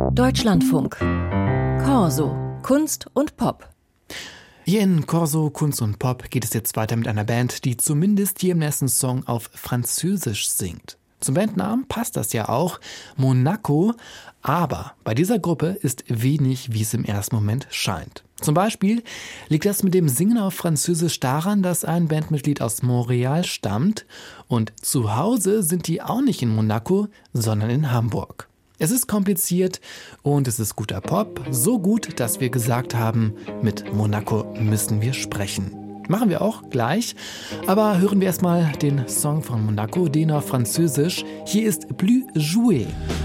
Deutschlandfunk. Corso. Kunst und Pop. Hier in Corso, Kunst und Pop geht es jetzt weiter mit einer Band, die zumindest hier im nächsten Song auf Französisch singt. Zum Bandnamen passt das ja auch, Monaco, aber bei dieser Gruppe ist wenig, wie es im ersten Moment scheint. Zum Beispiel liegt das mit dem Singen auf Französisch daran, dass ein Bandmitglied aus Montreal stammt und zu Hause sind die auch nicht in Monaco, sondern in Hamburg. Es ist kompliziert und es ist guter Pop, so gut, dass wir gesagt haben, mit Monaco müssen wir sprechen. Machen wir auch gleich, aber hören wir erstmal den Song von Monaco, den auf Französisch. Hier ist Plus Jouer.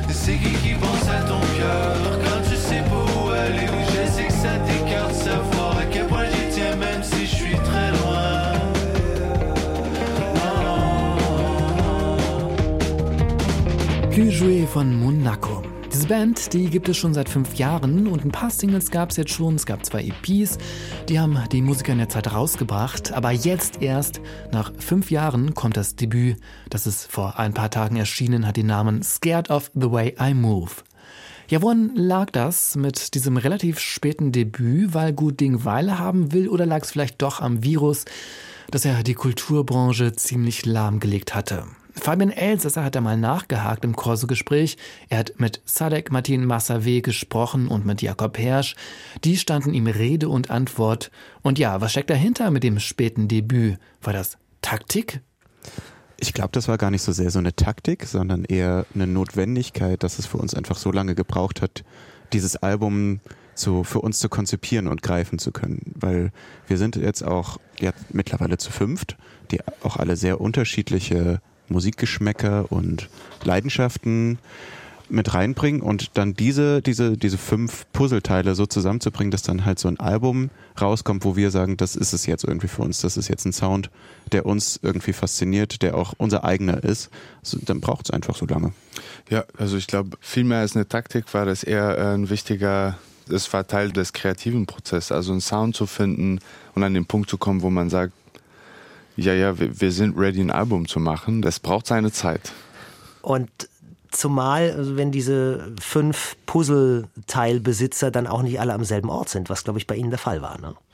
Plus Jouer von Monaco. Diese Band, die gibt es schon seit 5 Jahren und ein paar Singles gab es jetzt schon. Es gab 2 EPs, die haben die Musiker in der Zeit rausgebracht. Aber jetzt erst, nach 5 Jahren, kommt das Debüt. Das ist vor ein paar Tagen erschienen, hat den Namen Scared of the Way I Move. Ja, woran lag das mit diesem relativ späten Debüt? Weil Gut Ding Weile haben will oder lag es vielleicht doch am Virus, dass er die Kulturbranche ziemlich lahmgelegt hatte? Fabian Elsässer hat da mal nachgehakt im Corso-Gespräch. Er hat mit Sadek Martin Massavé gesprochen und mit Jakob Hersch. Die standen ihm Rede und Antwort. Und ja, was steckt dahinter mit dem späten Debüt? War das Taktik? Ich glaube, das war gar nicht so sehr so eine Taktik, sondern eher eine Notwendigkeit, dass es für uns einfach so lange gebraucht hat, dieses Album so für uns zu konzipieren und greifen zu können. Weil wir sind jetzt auch mittlerweile zu 5, die auch alle sehr unterschiedliche Musikgeschmäcker und Leidenschaften mit reinbringen und dann diese 5 Puzzleteile so zusammenzubringen, dass dann halt so ein Album rauskommt, wo wir sagen, das ist es jetzt irgendwie für uns, das ist jetzt ein Sound, der uns irgendwie fasziniert, der auch unser eigener ist, also, dann braucht es einfach so lange. Ja, also ich glaube, viel mehr als eine Taktik war das eher es war Teil des kreativen Prozesses, also einen Sound zu finden und an den Punkt zu kommen, wo man sagt, wir sind ready, ein Album zu machen. Das braucht seine Zeit. Und zumal, also wenn diese 5 Puzzleteilbesitzer dann auch nicht alle am selben Ort sind, was, glaube ich, bei Ihnen der Fall war, ne?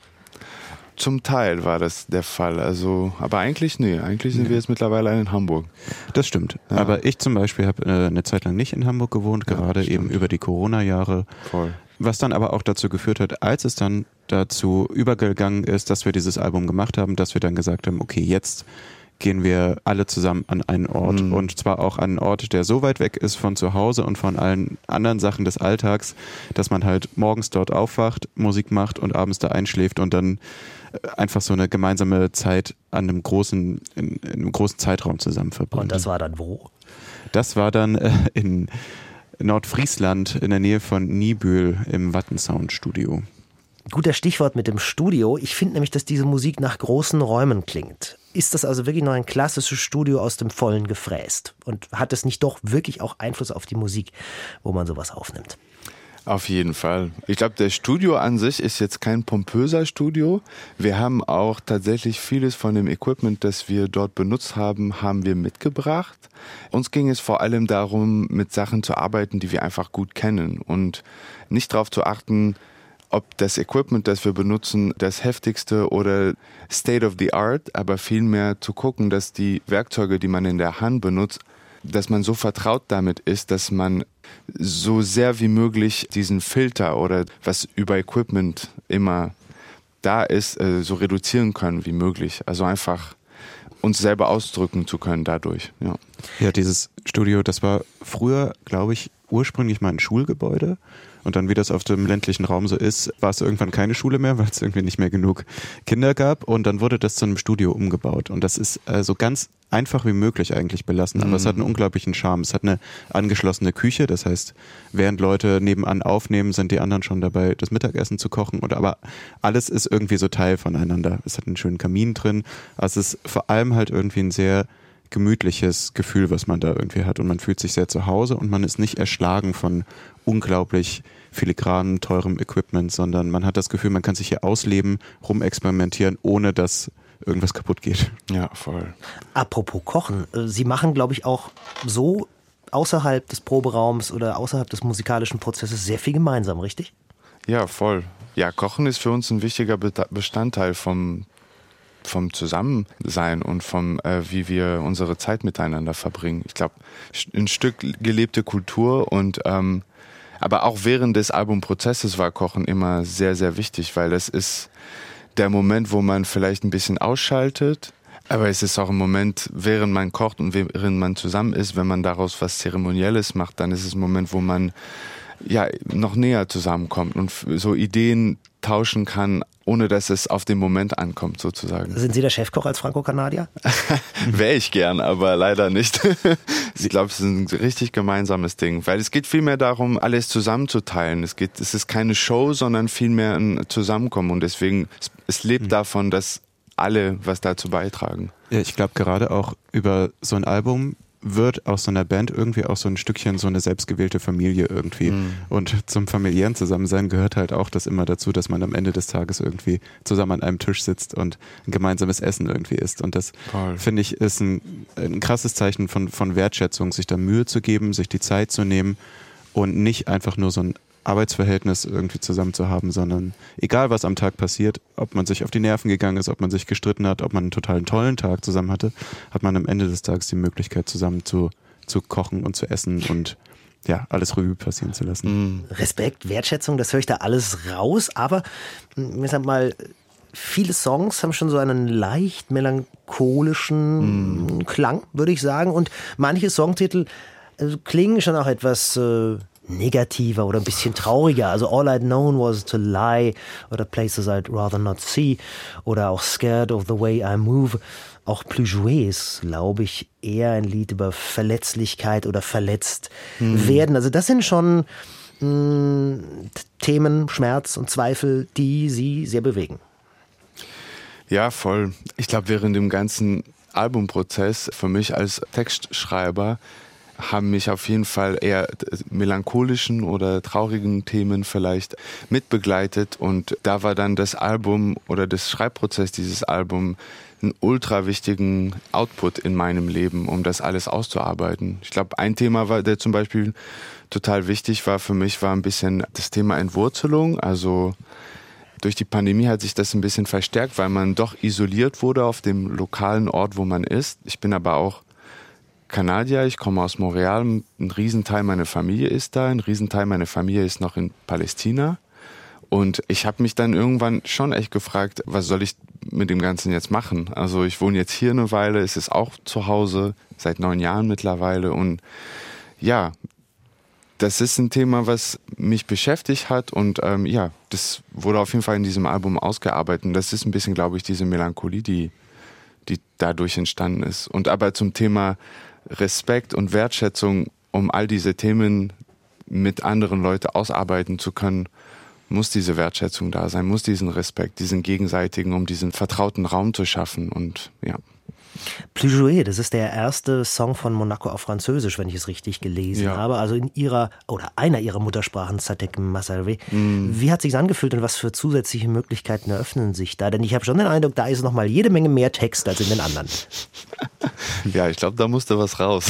Zum Teil war das der Fall. Also, aber eigentlich nee. Eigentlich sind wir jetzt mittlerweile in Hamburg. Das stimmt. Ja. Aber ich zum Beispiel habe eine Zeit lang nicht in Hamburg gewohnt, gerade eben über die Corona-Jahre. Voll. Was dann aber auch dazu geführt hat, als es dann dazu übergegangen ist, dass wir dieses Album gemacht haben, dass wir dann gesagt haben, okay, jetzt gehen wir alle zusammen an einen Ort und zwar auch an einen Ort, der so weit weg ist von zu Hause und von allen anderen Sachen des Alltags, dass man halt morgens dort aufwacht, Musik macht und abends da einschläft und dann einfach so eine gemeinsame Zeit in einem großen Zeitraum zusammen verbringt. Und das war dann wo? Das war dann in Nordfriesland in der Nähe von Niebüll im Wattensound-Studio. Guter Stichwort mit dem Studio. Ich finde nämlich, dass diese Musik nach großen Räumen klingt. Ist das also wirklich noch ein klassisches Studio aus dem Vollen gefräst? Und hat es nicht doch wirklich auch Einfluss auf die Musik, wo man sowas aufnimmt? Auf jeden Fall. Ich glaube, der Studio an sich ist jetzt kein pompöser Studio. Wir haben auch tatsächlich vieles von dem Equipment, das wir dort benutzt haben, haben wir mitgebracht. Uns ging es vor allem darum, mit Sachen zu arbeiten, die wir einfach gut kennen und nicht darauf zu achten, ob das Equipment, das wir benutzen, das heftigste oder State of the Art, aber vielmehr zu gucken, dass die Werkzeuge, die man in der Hand benutzt, dass man so vertraut damit ist, dass man so sehr wie möglich diesen Filter oder was über Equipment immer da ist, so reduzieren können wie möglich. Also einfach uns selber ausdrücken zu können dadurch. Ja, dieses Studio, das war früher, glaube ich, ursprünglich mal ein Schulgebäude. Und dann, wie das auf dem ländlichen Raum so ist, war es irgendwann keine Schule mehr, weil es irgendwie nicht mehr genug Kinder gab. Und dann wurde das zu einem Studio umgebaut. Und das ist so ganz einfach wie möglich eigentlich belassen. Aber es hat einen unglaublichen Charme. Es hat eine angeschlossene Küche. Das heißt, während Leute nebenan aufnehmen, sind die anderen schon dabei, das Mittagessen zu kochen. Aber alles ist irgendwie so Teil voneinander. Es hat einen schönen Kamin drin. Also es ist vor allem halt irgendwie ein sehr gemütliches Gefühl, was man da irgendwie hat. Und man fühlt sich sehr zu Hause und man ist nicht erschlagen von unglaublich filigranen, teurem Equipment, sondern man hat das Gefühl, man kann sich hier ausleben, rumexperimentieren, ohne dass irgendwas kaputt geht. Ja, voll. Apropos Kochen, Sie machen, glaube ich, auch so außerhalb des Proberaums oder außerhalb des musikalischen Prozesses sehr viel gemeinsam, richtig? Ja, voll. Ja, Kochen ist für uns ein wichtiger Bestandteil vom Zusammensein und wie wir unsere Zeit miteinander verbringen. Ich glaube, ein Stück gelebte Kultur und aber auch während des Albumprozesses war Kochen immer sehr, sehr wichtig, weil das ist der Moment, wo man vielleicht ein bisschen ausschaltet, aber es ist auch ein Moment, während man kocht und während man zusammen ist, wenn man daraus was Zeremonielles macht, dann ist es ein Moment, wo man ja noch näher zusammenkommt und so Ideen tauschen kann, ohne dass es auf den Moment ankommt, sozusagen. Sind Sie der Chefkoch als Franco-Kanadier? Wäre ich gern, aber leider nicht. Ich glaube, es ist ein richtig gemeinsames Ding, weil es geht vielmehr darum, alles zusammenzuteilen. Es ist keine Show, sondern vielmehr ein Zusammenkommen und deswegen, es lebt davon, dass alle was dazu beitragen. Ja, ich glaube gerade auch über so ein Album wird aus so einer Band irgendwie auch so ein Stückchen so eine selbstgewählte Familie irgendwie. Und zum familiären Zusammensein gehört halt auch das immer dazu, dass man am Ende des Tages irgendwie zusammen an einem Tisch sitzt und ein gemeinsames Essen irgendwie isst. Und das, finde ich, ist ein krasses Zeichen von Wertschätzung, sich da Mühe zu geben, sich die Zeit zu nehmen und nicht einfach nur so ein Arbeitsverhältnis irgendwie zusammen zu haben, sondern egal was am Tag passiert, ob man sich auf die Nerven gegangen ist, ob man sich gestritten hat, ob man einen total tollen Tag zusammen hatte, hat man am Ende des Tages die Möglichkeit zusammen zu kochen und zu essen und ja, alles Revue passieren zu lassen. Respekt, Wertschätzung, das höre ich da alles raus, aber ich sag mal, viele Songs haben schon so einen leicht melancholischen Klang, würde ich sagen, und manche Songtitel klingen schon auch etwas negativer oder ein bisschen trauriger. Also All I'd Known Was to Lie oder Places I'd Rather Not See oder auch Scared of the Way I Move. Auch Plus Jouer ist, glaube ich, eher ein Lied über Verletzlichkeit oder verletzt werden. Also das sind schon Themen, Schmerz und Zweifel, die Sie sehr bewegen. Ja, voll. Ich glaube, während dem ganzen Albumprozess für mich als Textschreiber haben mich auf jeden Fall eher melancholischen oder traurigen Themen vielleicht mitbegleitet und da war dann das Album oder das Schreibprozess dieses Albums einen ultra wichtigen Output in meinem Leben, um das alles auszuarbeiten. Ich glaube, ein Thema war, der zum Beispiel total wichtig war für mich, war ein bisschen das Thema Entwurzelung. Also durch die Pandemie hat sich das ein bisschen verstärkt, weil man doch isoliert wurde auf dem lokalen Ort, wo man ist. Ich bin aber auch Kanadier, ich komme aus Montreal, ein Riesenteil meiner Familie ist da, ein Riesenteil meiner Familie ist noch in Palästina und ich habe mich dann irgendwann schon echt gefragt, was soll ich mit dem Ganzen jetzt machen? Also ich wohne jetzt hier eine Weile, es ist auch zu Hause, seit 9 Jahren mittlerweile und ja, das ist ein Thema, was mich beschäftigt hat und ja, das wurde auf jeden Fall in diesem Album ausgearbeitet und das ist ein bisschen, glaube ich, diese Melancholie, die dadurch entstanden ist. Und aber zum Thema Respekt und Wertschätzung, um all diese Themen mit anderen Leuten ausarbeiten zu können, muss diese Wertschätzung da sein, muss diesen Respekt, diesen gegenseitigen, um diesen vertrauten Raum zu schaffen und ja. Plus Jouer, das ist der erste Song von Monaco auf Französisch, wenn ich es richtig gelesen habe. Also in ihrer oder einer ihrer Muttersprachen, Satek Massavé. Wie hat es sich angefühlt und was für zusätzliche Möglichkeiten eröffnen sich da? Denn ich habe schon den Eindruck, da ist noch mal jede Menge mehr Text als in den anderen. Ja, ich glaube, da musste was raus.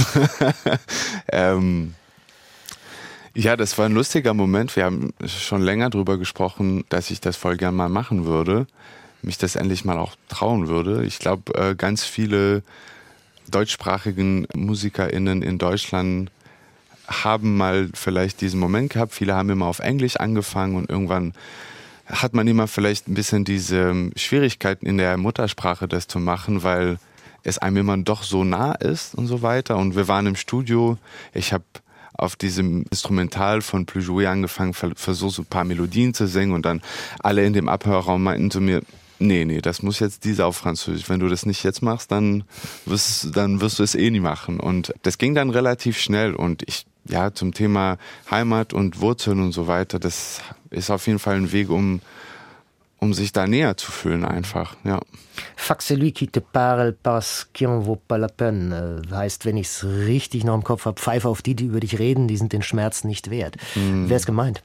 Ja, das war ein lustiger Moment. Wir haben schon länger drüber gesprochen, dass ich das voll gern mal machen würde. Mich das endlich mal auch trauen würde. Ich glaube, ganz viele deutschsprachigen MusikerInnen in Deutschland haben mal vielleicht diesen Moment gehabt. Viele haben immer auf Englisch angefangen und irgendwann hat man immer vielleicht ein bisschen diese Schwierigkeiten in der Muttersprache, das zu machen, weil es einem immer doch so nah ist und so weiter. Und wir waren im Studio. Ich habe auf diesem Instrumental von Plus Jouer angefangen, versucht so ein paar Melodien zu singen und dann alle in dem Abhörraum meinten zu mir, nee, das muss jetzt diese auf Französisch. Wenn du das nicht jetzt machst, dann wirst du es eh nie machen. Und das ging dann relativ schnell. Und zum Thema Heimat und Wurzeln und so weiter, das ist auf jeden Fall ein Weg, um sich da näher zu fühlen einfach, ja. Fuck celui qui te parle parce qu'il en vaut pas la peine. Heißt, wenn ich es richtig noch im Kopf habe, pfeife auf die über dich reden, die sind den Schmerz nicht wert. Wer ist gemeint?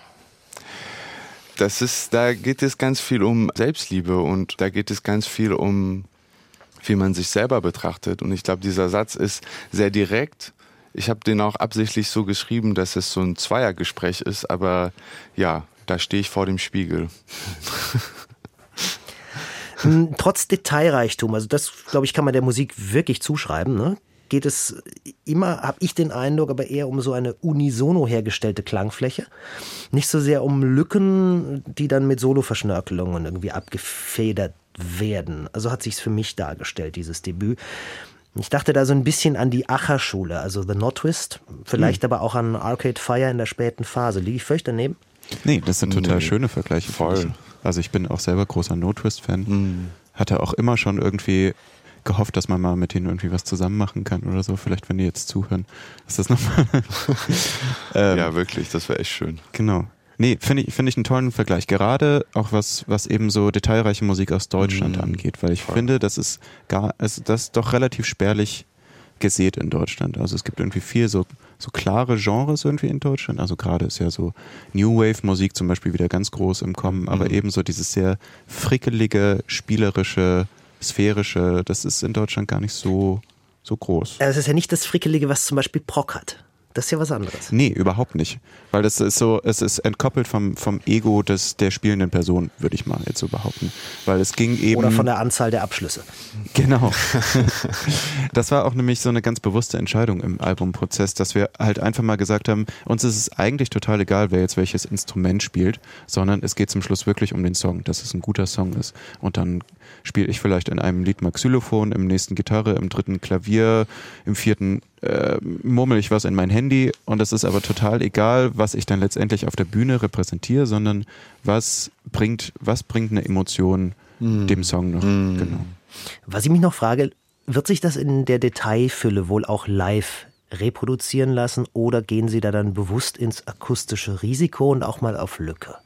Da geht es ganz viel um Selbstliebe und da geht es ganz viel um, wie man sich selber betrachtet. Und ich glaube, dieser Satz ist sehr direkt, Ich habe den auch absichtlich so geschrieben, dass es so ein Zweiergespräch ist, aber ja, da stehe ich vor dem Spiegel. Trotz Detailreichtum, also das, glaube ich, kann man der Musik wirklich zuschreiben, ne? Geht es immer, habe ich den Eindruck, aber eher um so eine unisono hergestellte Klangfläche. Nicht so sehr um Lücken, die dann mit Soloverschnörkelungen irgendwie abgefedert werden. Also hat sich's für mich dargestellt, dieses Debüt. Ich dachte da so ein bisschen an die Acher-Schule, also The No-Twist, vielleicht aber auch an Arcade Fire in der späten Phase. Liege ich völlig daneben? Nee, das sind total schöne Vergleiche. Voll. Also ich bin auch selber großer No-Twist-Fan. Hatte auch immer schon irgendwie gehofft, dass man mal mit denen irgendwie was zusammen machen kann oder so. Vielleicht, wenn die jetzt zuhören, ist das nochmal... Ja, wirklich, das wäre echt schön. Genau. Nee, finde ich einen tollen Vergleich. Gerade auch was eben so detailreiche Musik aus Deutschland angeht, weil ich finde, das ist doch relativ spärlich gesät in Deutschland. Also es gibt irgendwie viel so klare Genres irgendwie in Deutschland. Also gerade ist ja so New Wave Musik zum Beispiel wieder ganz groß im Kommen, aber eben so dieses sehr frickelige, spielerische, sphärische, das ist in Deutschland gar nicht so groß. Es ist ja nicht das Frickelige, was zum Beispiel Prog hat. Das ist ja was anderes. Nee, überhaupt nicht. Weil das ist so, es ist entkoppelt vom Ego der spielenden Person, würde ich mal jetzt so behaupten. Weil es ging eben... Oder von der Anzahl der Abschlüsse. Genau. Das war auch nämlich so eine ganz bewusste Entscheidung im Albumprozess, dass wir halt einfach mal gesagt haben, uns ist es eigentlich total egal, wer jetzt welches Instrument spielt, sondern es geht zum Schluss wirklich um den Song, dass es ein guter Song ist. Und dann spiele ich vielleicht in einem Lied mal Xylophon, im nächsten Gitarre, im dritten Klavier, im vierten murmel ich was in mein Handy und es ist aber total egal, was ich dann letztendlich auf der Bühne repräsentiere, sondern was bringt eine Emotion dem Song noch. Genau. Was ich mich noch frage, wird sich das in der Detailfülle wohl auch live reproduzieren lassen oder gehen Sie da dann bewusst ins akustische Risiko und auch mal auf Lücke?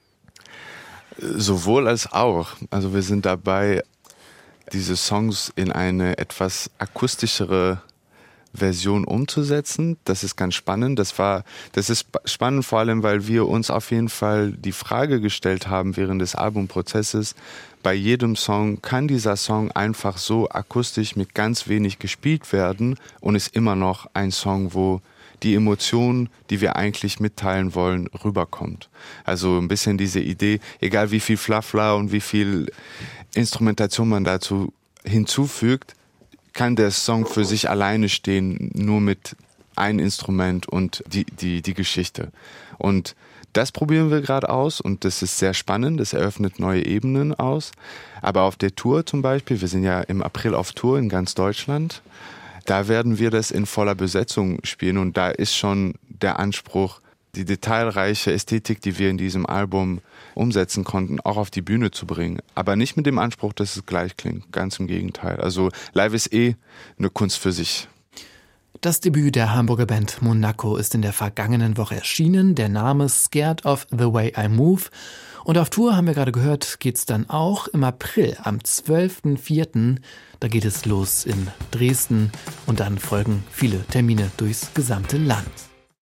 Sowohl als auch. Also wir sind dabei, diese Songs in eine etwas akustischere Version umzusetzen. Das ist ganz spannend. Das ist spannend vor allem, weil wir uns auf jeden Fall die Frage gestellt haben während des Albumprozesses, bei jedem Song kann dieser Song einfach so akustisch mit ganz wenig gespielt werden und ist immer noch ein Song, wo die Emotion, die wir eigentlich mitteilen wollen, rüberkommt. Also ein bisschen diese Idee, egal wie viel Flafla und wie viel Instrumentation man dazu hinzufügt, kann der Song für sich alleine stehen, nur mit einem Instrument und die Geschichte. Und das probieren wir gerade aus und das ist sehr spannend, das eröffnet neue Ebenen aus. Aber auf der Tour zum Beispiel, wir sind ja im April auf Tour in ganz Deutschland, da werden wir das in voller Besetzung spielen und da ist schon der Anspruch, die detailreiche Ästhetik, die wir in diesem Album umsetzen konnten, auch auf die Bühne zu bringen. Aber nicht mit dem Anspruch, dass es gleich klingt. Ganz im Gegenteil. Also live ist eine Kunst für sich. Das Debüt der Hamburger Band Monaco ist in der vergangenen Woche erschienen. Der Name Scared of the Way I Move. Und auf Tour, haben wir gerade gehört, geht's dann auch im April, am 12.04. Da geht es los in Dresden und dann folgen viele Termine durchs gesamte Land.